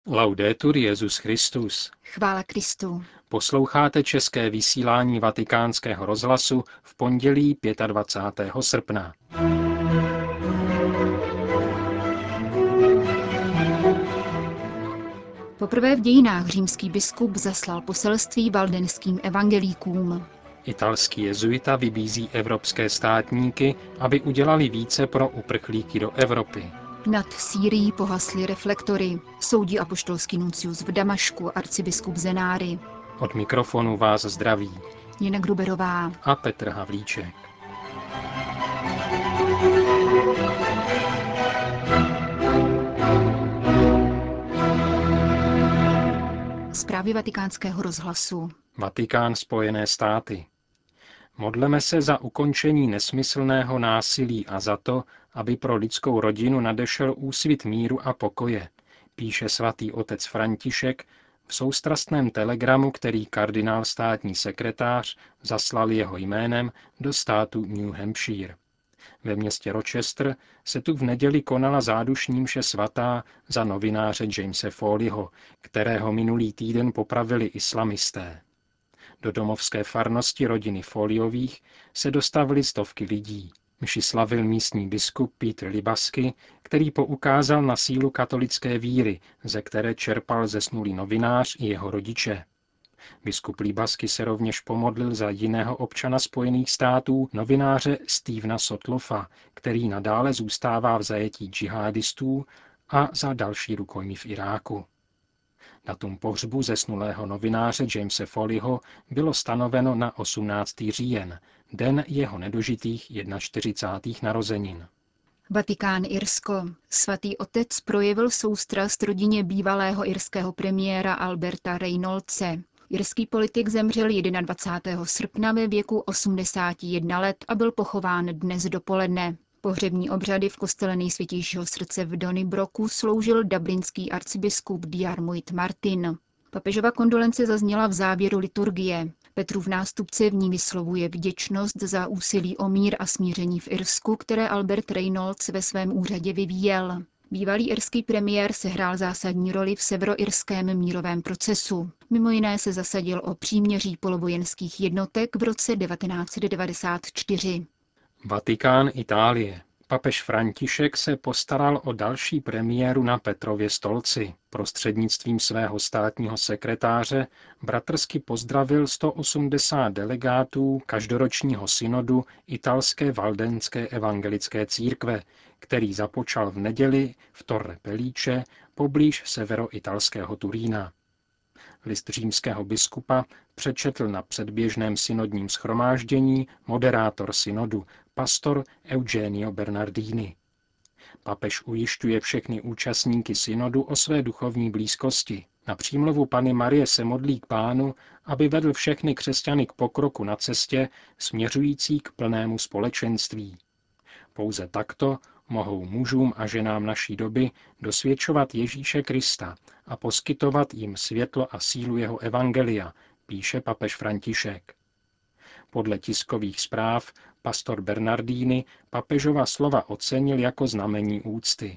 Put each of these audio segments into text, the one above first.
Laudetur Jesus Christus. Chvála Kristu. Posloucháte české vysílání Vatikánského rozhlasu v pondělí 25. srpna. Poprvé v dějinách římský biskup zaslal poselství valdenským evangelíkům. Italský jezuita vybízí evropské státníky, aby udělali více pro uprchlíky do Evropy. Nad Sýrií pohasly reflektory, soudí apoštolský nuncius v Damašku arcibiskup Zenári. Od mikrofonu vás zdraví Nina Gruberová a Petr Havlíček. Zprávy Vatikánského rozhlasu. Vatikán, Spojené státy. Modleme se za ukončení nesmyslného násilí a za to, aby pro lidskou rodinu nadešel úsvit míru a pokoje, píše svatý otec František v soustrastném telegramu, který kardinál státní sekretář zaslal jeho jménem do státu New Hampshire. Ve městě Rochester se tu v neděli konala zádušní mše svatá za novináře Jamese Foleyho, kterého minulý týden popravili islamisté. Do domovské farnosti rodiny Foleyových se dostavily stovky lidí. Mši slavil místní biskup Peter Libasky, který poukázal na sílu katolické víry, ze které čerpal zesnulý novinář i jeho rodiče. Biskup Libasky se rovněž pomodlil za jiného občana Spojených států, novináře Stevena Sotloffa, který nadále zůstává v zajetí džihadistů, a za další rukojmí v Iráku. Datum pohřbu zesnulého novináře Jamese Foleyho bylo stanoveno na 18. říjen, den jeho nedožitých 41. narozenin. Vatikán, Irsko. Svatý otec projevil soustrast rodině bývalého irského premiéra Alberta Reynoldse. Irský politik zemřel 21. srpna ve věku 81 let a byl pochován dnes dopoledne. Pohřební obřady v kostele Nejsvětějšího srdce v Donnybroku sloužil dublinský arcibiskup Diarmuid Martin. Papežova kondolence zazněla v závěru liturgie. Petrův nástupce v ní vyslovuje vděčnost za úsilí o mír a smíření v Irsku, které Albert Reynolds ve svém úřadě vyvíjel. Bývalý irský premiér sehrál zásadní roli v severoirském mírovém procesu. Mimo jiné se zasadil o příměří polovojenských jednotek v roce 1994. Vatikán, Itálie. Papež František se postaral o další premiéru na Petrově stolci. Prostřednictvím svého státního sekretáře bratrsky pozdravil 180 delegátů každoročního synodu italské valdenské evangelické církve, který započal v neděli v Torre Pellice poblíž severoitalského Turína. List římského biskupa přečetl na předběžném synodním shromáždění moderátor synodu, pastor Eugenio Bernardini. Papež ujišťuje všechny účastníky synodu o své duchovní blízkosti. Na přímluvu Panny Marie se modlí k Pánu, aby vedl všechny křesťany k pokroku na cestě směřující k plnému společenství. Pouze takto mohou mužům a ženám naší doby dosvědčovat Ježíše Krista a poskytovat jim světlo a sílu jeho evangelia, píše papež František. Podle tiskových zpráv pastor Bernardini papežova slova ocenil jako znamení úcty.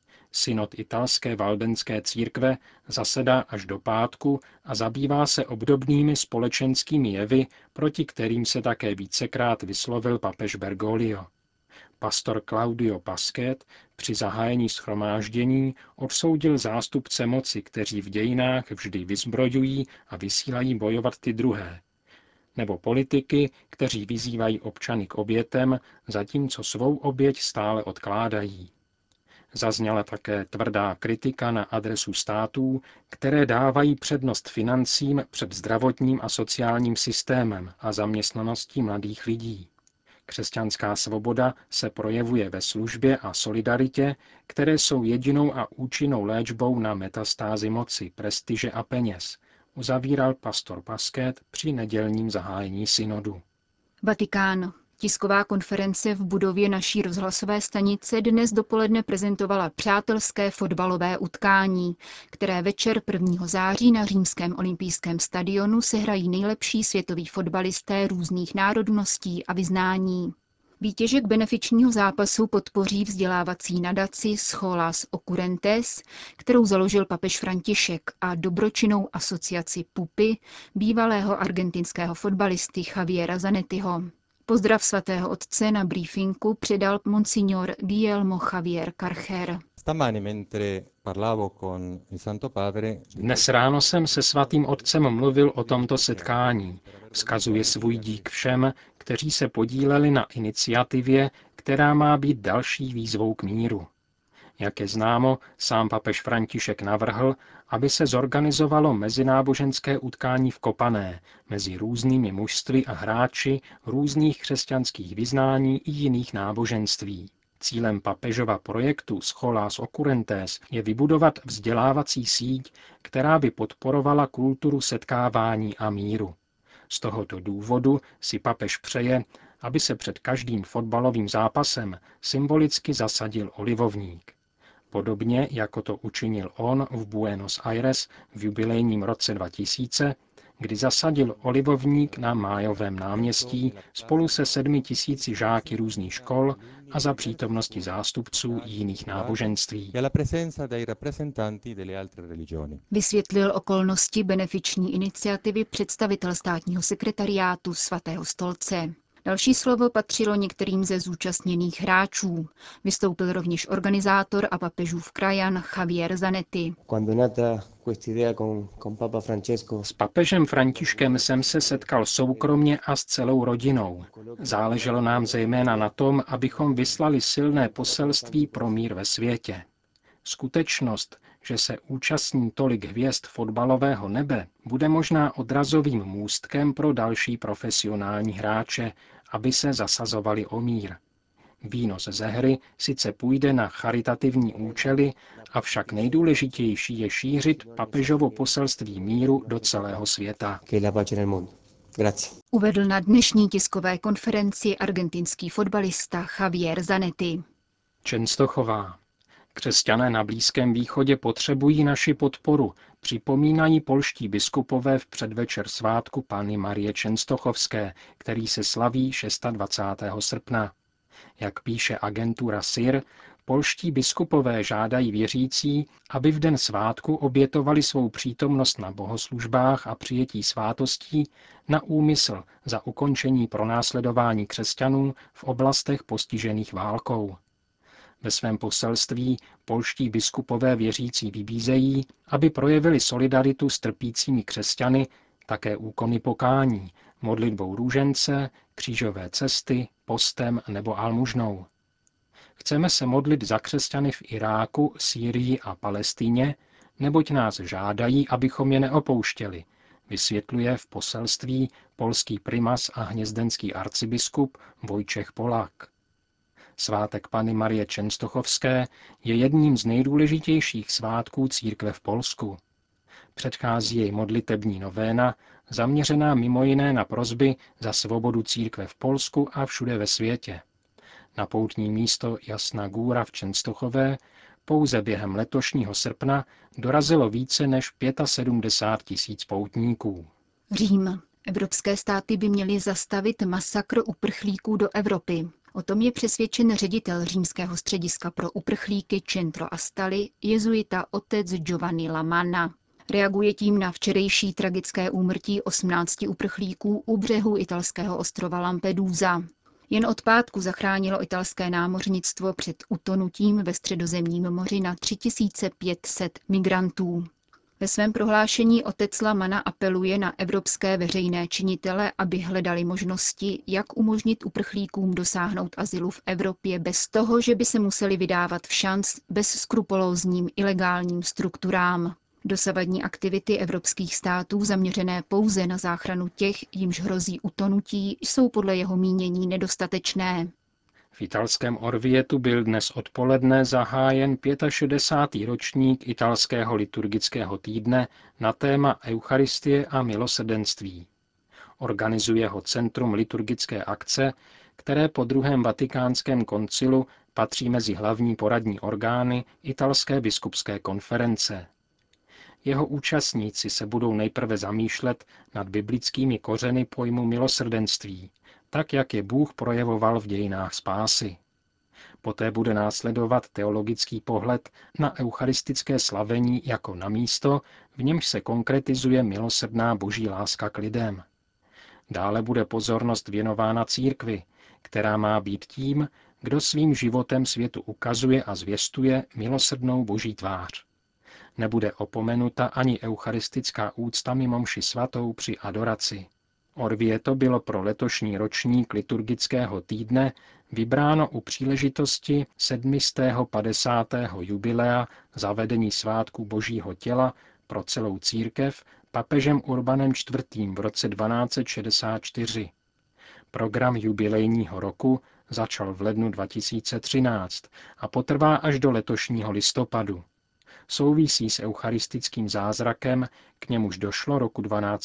Synod italské valdenské církve zasedá až do pátku a zabývá se obdobnými společenskými jevy, proti kterým se také vícekrát vyslovil papež Bergoglio. Pastor Claudio Pasquet při zahájení shromáždění odsoudil zástupce moci, kteří v dějinách vždy vyzbrojují a vysílají bojovat ty druhé, nebo politiky, kteří vyzývají občany k obětem, zatímco svou oběť stále odkládají. Zazněla také tvrdá kritika na adresu států, které dávají přednost financím před zdravotním a sociálním systémem a zaměstnaností mladých lidí. Křesťanská svoboda se projevuje ve službě a solidaritě, které jsou jedinou a účinnou léčbou na metastázy moci, prestiže a peněz, uzavíral pastor Pasquet při nedělním zahájení synodu. Vatikán. Tisková konference v budově naší rozhlasové stanice dnes dopoledne prezentovala přátelské fotbalové utkání, které večer 1. září na římském olympijském stadionu sehrají nejlepší světoví fotbalisté různých národností a vyznání. Výtěžek benefičního zápasu podpoří vzdělávací nadaci Scholas Occurrentes, kterou založil papež František, a dobročinnou asociaci PUPy bývalého argentinského fotbalisty Javiera Zanettiho. Pozdrav svatého otce na briefinku předal monsignor Guillermo Javier Carcher. Dnes ráno jsem se svatým otcem mluvil o tomto setkání. Vzkazuje svůj dík všem, kteří se podíleli na iniciativě, která má být další výzvou k míru. Jak je známo, sám papež František navrhl, aby se zorganizovalo mezináboženské utkání v Kopané mezi různými mužstvy a hráči různých křesťanských vyznání i jiných náboženství. Cílem papežova projektu Scholas Occurrentes je vybudovat vzdělávací síť, která by podporovala kulturu setkávání a míru. Z tohoto důvodu si papež přeje, aby se před každým fotbalovým zápasem symbolicky zasadil olivovník. Podobně jako to učinil on v Buenos Aires v jubilejním roce 2000, kdy zasadil olivovník na Májovém náměstí spolu se 7 000 žáky různých škol a za přítomnosti zástupců jiných náboženství. Vysvětlil okolnosti benefiční iniciativy představitel státního sekretariátu Svatého stolce. Další slovo patřilo některým ze zúčastněných hráčů. Vystoupil rovněž organizátor a papežův krajan Javier Zanetti. S papežem Františkem jsem se setkal soukromně a s celou rodinou. Záleželo nám zejména na tom, abychom vyslali silné poselství pro mír ve světě. Skutečnost, že se účastní tolik hvězd fotbalového nebe, bude možná odrazovým můstkem pro další profesionální hráče, aby se zasazovali o mír. Výnos ze hry sice půjde na charitativní účely, avšak nejdůležitější je šířit papežovo poselství míru do celého světa. Uvedl na dnešní tiskové konferenci argentinský fotbalista Javier Zanetti. Čenstochová. Křesťané na Blízkém východě potřebují naši podporu, připomínají polští biskupové v předvečer svátku Panny Marie Čenstochovské, který se slaví 26. srpna. Jak píše agentura SIR, polští biskupové žádají věřící, aby v den svátku obětovali svou přítomnost na bohoslužbách a přijetí svátostí na úmysl za ukončení pronásledování křesťanů v oblastech postižených válkou. Ve svém poselství polští biskupové věřící vybízejí, aby projevili solidaritu s trpícími křesťany, také úkony pokání, modlitbou růžence, křížové cesty, postem nebo almužnou. Chceme se modlit za křesťany v Iráku, Sýrii a Palestině, neboť nás žádají, abychom je neopouštěli, vysvětluje v poselství polský primas a hnězdenský arcibiskup Vojčech Polák. Svátek Panny Marie Čenstochovské je jedním z nejdůležitějších svátků církve v Polsku. Předchází jej modlitební novéna, zaměřená mimo jiné na prosby za svobodu církve v Polsku a všude ve světě. Na poutní místo Jasná Góra v Čenstochové pouze během letošního srpna dorazilo více než 75 000 poutníků. Řím. Evropské státy by měly zastavit masakr uprchlíků do Evropy. O tom je přesvědčen ředitel římského střediska pro uprchlíky Centro Astali, jezuita otec Giovanni Lamanna. Reaguje tím na včerejší tragické úmrtí 18 uprchlíků u břehu italského ostrova Lampedusa. Jen od pátku zachránilo italské námořnictvo před utonutím ve Středozemním moři na 3500 migrantů. Ve svém prohlášení otec Lamanna apeluje na evropské veřejné činitele, aby hledali možnosti, jak umožnit uprchlíkům dosáhnout azylu v Evropě bez toho, že by se museli vydávat v šanc bezskrupulózním ilegálním strukturám. Dosavadní aktivity evropských států zaměřené pouze na záchranu těch, jimž hrozí utonutí, jsou podle jeho mínění nedostatečné. V italském Orvietu byl dnes odpoledne zahájen 65. ročník italského liturgického týdne na téma Eucharistie a milosrdenství. Organizuje ho Centrum liturgické akce, které po druhém vatikánském koncilu patří mezi hlavní poradní orgány italské biskupské konference. Jeho účastníci se budou nejprve zamýšlet nad biblickými kořeny pojmu milosrdenství, tak jak je Bůh projevoval v dějinách spásy. Poté bude následovat teologický pohled na eucharistické slavení jako na místo, v němž se konkretizuje milosrdná boží láska k lidem. Dále bude pozornost věnována církvi, která má být tím, kdo svým životem světu ukazuje a zvěstuje milosrdnou boží tvář. Nebude opomenuta ani eucharistická úcta mimo mši svatou při adoraci. Orvieto bylo pro letošní ročník liturgického týdne vybráno u příležitosti 750. jubilea zavedení svátku Božího těla pro celou církev papežem Urbanem IV. V roce 1264. Program jubilejního roku začal v lednu 2013 a potrvá až do letošního listopadu. Souvisí s eucharistickým zázrakem, k němuž došlo roku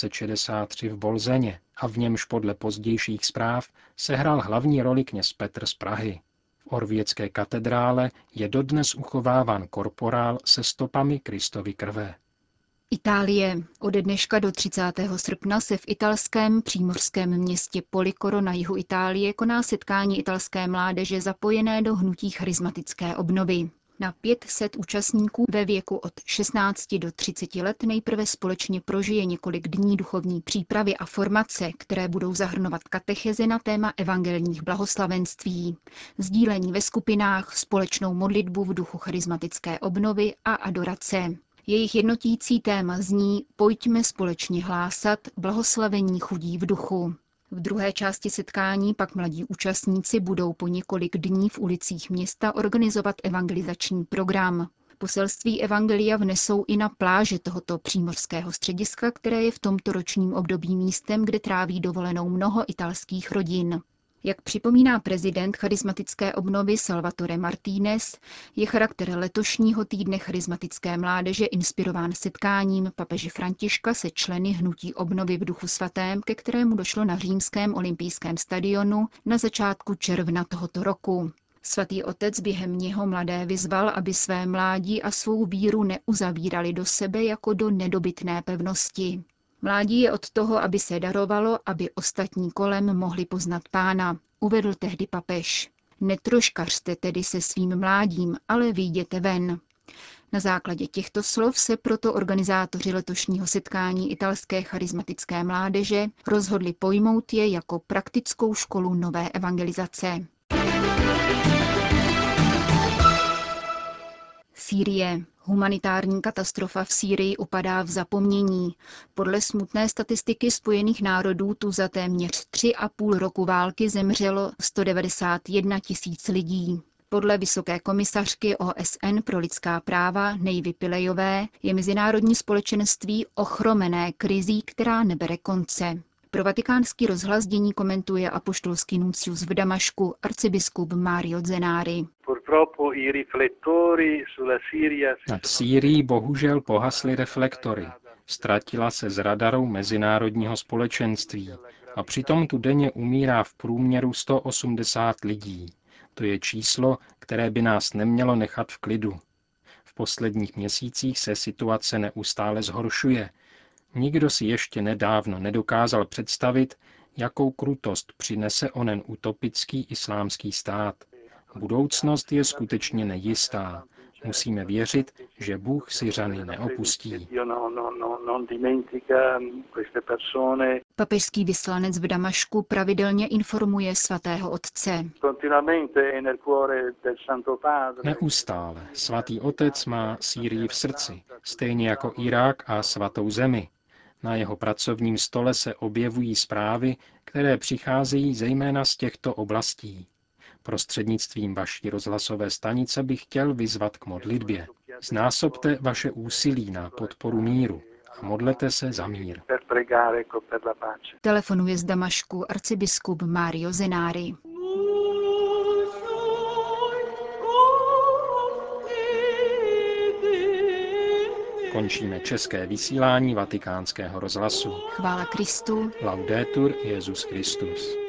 1263 v Bolzeně a v němž podle pozdějších zpráv sehrál hlavní roli kněz Petr z Prahy. V Orvětské katedrále je dodnes uchováván korporál se stopami Kristovy krve. Itálie. Ode dneška do 30. srpna se v italském přímořském městě Policoro na jihu Itálie koná setkání italské mládeže zapojené do hnutí charismatické obnovy. Na 500 účastníků ve věku od 16 do 30 let nejprve společně prožije několik dní duchovní přípravy a formace, které budou zahrnovat katecheze na téma evangelních blahoslavenství, sdílení ve skupinách, společnou modlitbu v duchu charismatické obnovy a adorace. Jejich jednotící téma zní Pojďme společně hlásat blahoslavení chudí v duchu. V druhé části setkání pak mladí účastníci budou po několik dní v ulicích města organizovat evangelizační program. Poselství evangelia vnesou i na pláže tohoto přímořského střediska, které je v tomto ročním období místem, kde tráví dovolenou mnoho italských rodin. Jak připomíná prezident charismatické obnovy Salvatore Martínez, je charakter letošního týdne charismatické mládeže inspirován setkáním papeže Františka se členy hnutí obnovy v duchu svatém, ke kterému došlo na římském olympijském stadionu na začátku června tohoto roku. Svatý otec během něho mladé vyzval, aby své mládí a svou víru neuzavírali do sebe jako do nedobytné pevnosti. Mládí je od toho, aby se darovalo, aby ostatní kolem mohli poznat Pána, uvedl tehdy papež. Netroškařte tedy se svým mládím, ale vyjděte ven. Na základě těchto slov se proto organizátoři letošního setkání italské charismatické mládeže rozhodli pojmout je jako praktickou školu nové evangelizace. Sýrie. Humanitární katastrofa v Sýrii upadá v zapomnění. Podle smutné statistiky Spojených národů tu za téměř 3,5 roku války zemřelo 191 000 lidí. Podle vysoké komisařky OSN pro lidská práva Neivy Pillejové je mezinárodní společenství ochromené krizí, která nebere konce. Pro Vatikánský rozhlas dění komentuje apoštolský nuncius v Damašku arcibiskup Mario Zenari. Nad Sýrií bohužel pohasly reflektory. Ztratila se z radaru mezinárodního společenství a přitom tu denně umírá v průměru 180 lidí. To je číslo, které by nás nemělo nechat v klidu. V posledních měsících se situace neustále zhoršuje. Nikdo si ještě nedávno nedokázal představit, jakou krutost přinese onen utopický islámský stát. Budoucnost je skutečně nejistá. Musíme věřit, že Bůh Syřany neopustí. Papežský vyslanec v Damašku pravidelně informuje svatého otce. Neustále. Svatý otec má Sýrii v srdci, stejně jako Irák a svatou zemi. Na jeho pracovním stole se objevují zprávy, které přicházejí zejména z těchto oblastí. Prostřednictvím vaší rozhlasové stanice bych chtěl vyzvat k modlitbě. Znásobte vaše úsilí na podporu míru a modlete se za mír. Telefonuje z Damašku arcibiskup Mario Zenari. Končíme české vysílání Vatikánského rozhlasu. Chvála Kristu. Laudetur Jesus Christus.